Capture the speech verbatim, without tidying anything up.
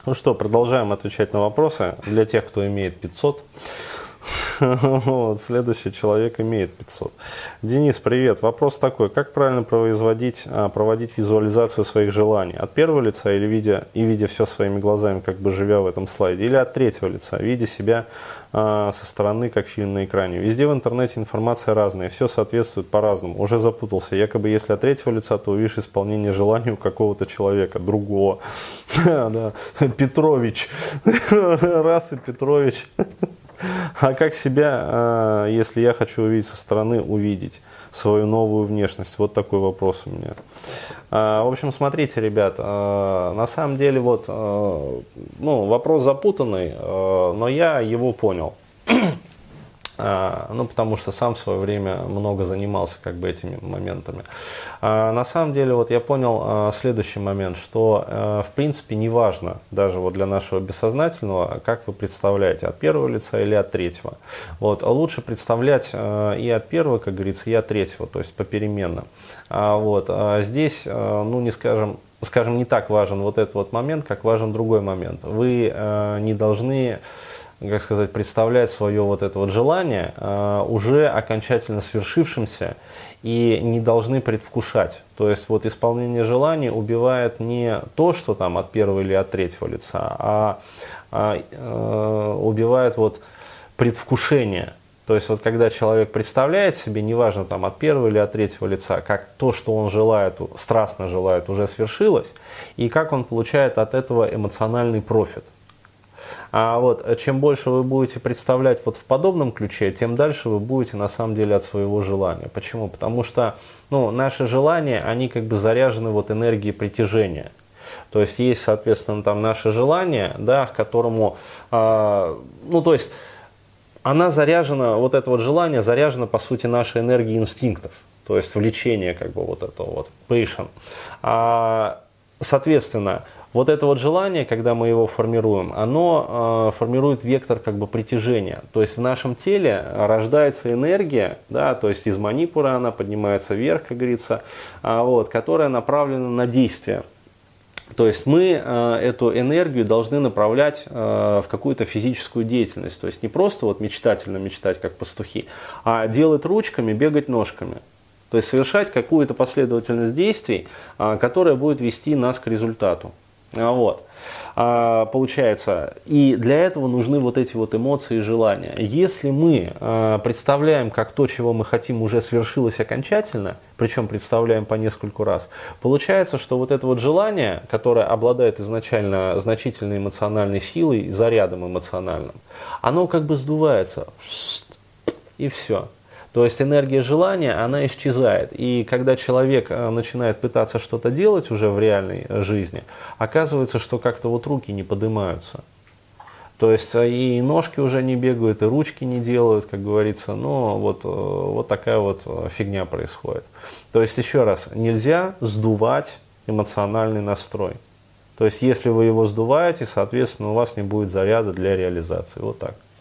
Ну что, продолжаем отвечать на вопросы для тех, кто имеет пятьсот. Вот, следующий человек имеет пятьсот. Денис, привет. Вопрос такой. Как правильно производить, проводить визуализацию своих желаний? От первого лица или видя, и видя все своими глазами, как бы живя в этом слайде? Или от третьего лица, видя себя а, со стороны, как фильм на экране? Везде в интернете информация разная, все соответствует по-разному. Уже запутался. Якобы если от третьего лица, то увидишь исполнение желаний у какого-то человека, другого. Петрович. Раз и Петрович. А как себя, если я хочу увидеть со стороны, увидеть свою новую внешность? Вот такой вопрос у меня. В общем, смотрите, ребят, на самом деле вот, ну, вопрос запутанный, но я его понял. Ну, потому что сам в свое время много занимался как бы этими моментами. На самом деле, вот я понял следующий момент, что, в принципе, не важно, даже вот для нашего бессознательного, как вы представляете, от первого лица или от третьего. Вот. Лучше представлять и от первого, как говорится, и от третьего, то есть попеременно. Вот. Здесь, ну, не скажем, скажем, не так важен вот этот вот момент, как важен другой момент. Вы не должны, как сказать, представлять свое вот это вот желание э, уже окончательно свершившимся и не должны предвкушать. То есть вот исполнение желаний убивает не то, что там от первого или от третьего лица, а, а э, убивает вот предвкушение. То есть вот когда человек представляет себе, неважно там от первого или от третьего лица, как то, что он желает, страстно желает, уже свершилось, и как он получает от этого эмоциональный профит. А вот чем больше вы будете представлять вот в подобном ключе, тем дальше вы будете на самом деле от своего желания. Почему? Потому что, ну, наши желания, они как бы заряжены вот энергией притяжения. То есть есть, соответственно, там наше желание, да, к которому, э, ну, то есть она заряжена, вот это вот желание заряжено, по сути, нашей энергией инстинктов. То есть влечение, как бы вот этого вот, passion. А, соответственно, вот это вот желание, когда мы его формируем, оно э, формирует вектор как бы притяжения. То есть в нашем теле рождается энергия, да, то есть из манипуры она поднимается вверх, как говорится, э, вот, которая направлена на действие. То есть мы э, эту энергию должны направлять э, в какую-то физическую деятельность. То есть не просто вот мечтательно мечтать, как пастухи, а делать ручками, бегать ножками. То есть совершать какую-то последовательность действий, э, которая будет вести нас к результату. Вот. А, получается, и для этого нужны вот эти вот эмоции и желания. Если мы а, представляем, как то, чего мы хотим, уже свершилось окончательно, причем представляем по нескольку раз, получается, что вот это вот желание, которое обладает изначально значительной эмоциональной силой, зарядом эмоциональным, оно как бы сдувается, и все. То есть энергия желания, она исчезает. И когда человек начинает пытаться что-то делать уже в реальной жизни, оказывается, что как-то вот руки не поднимаются. То есть и ножки уже не бегают, и ручки не делают, как говорится. Но вот, вот такая вот фигня происходит. То есть еще раз, нельзя сдувать эмоциональный настрой. То есть если вы его сдуваете, соответственно, у вас не будет заряда для реализации. Вот так.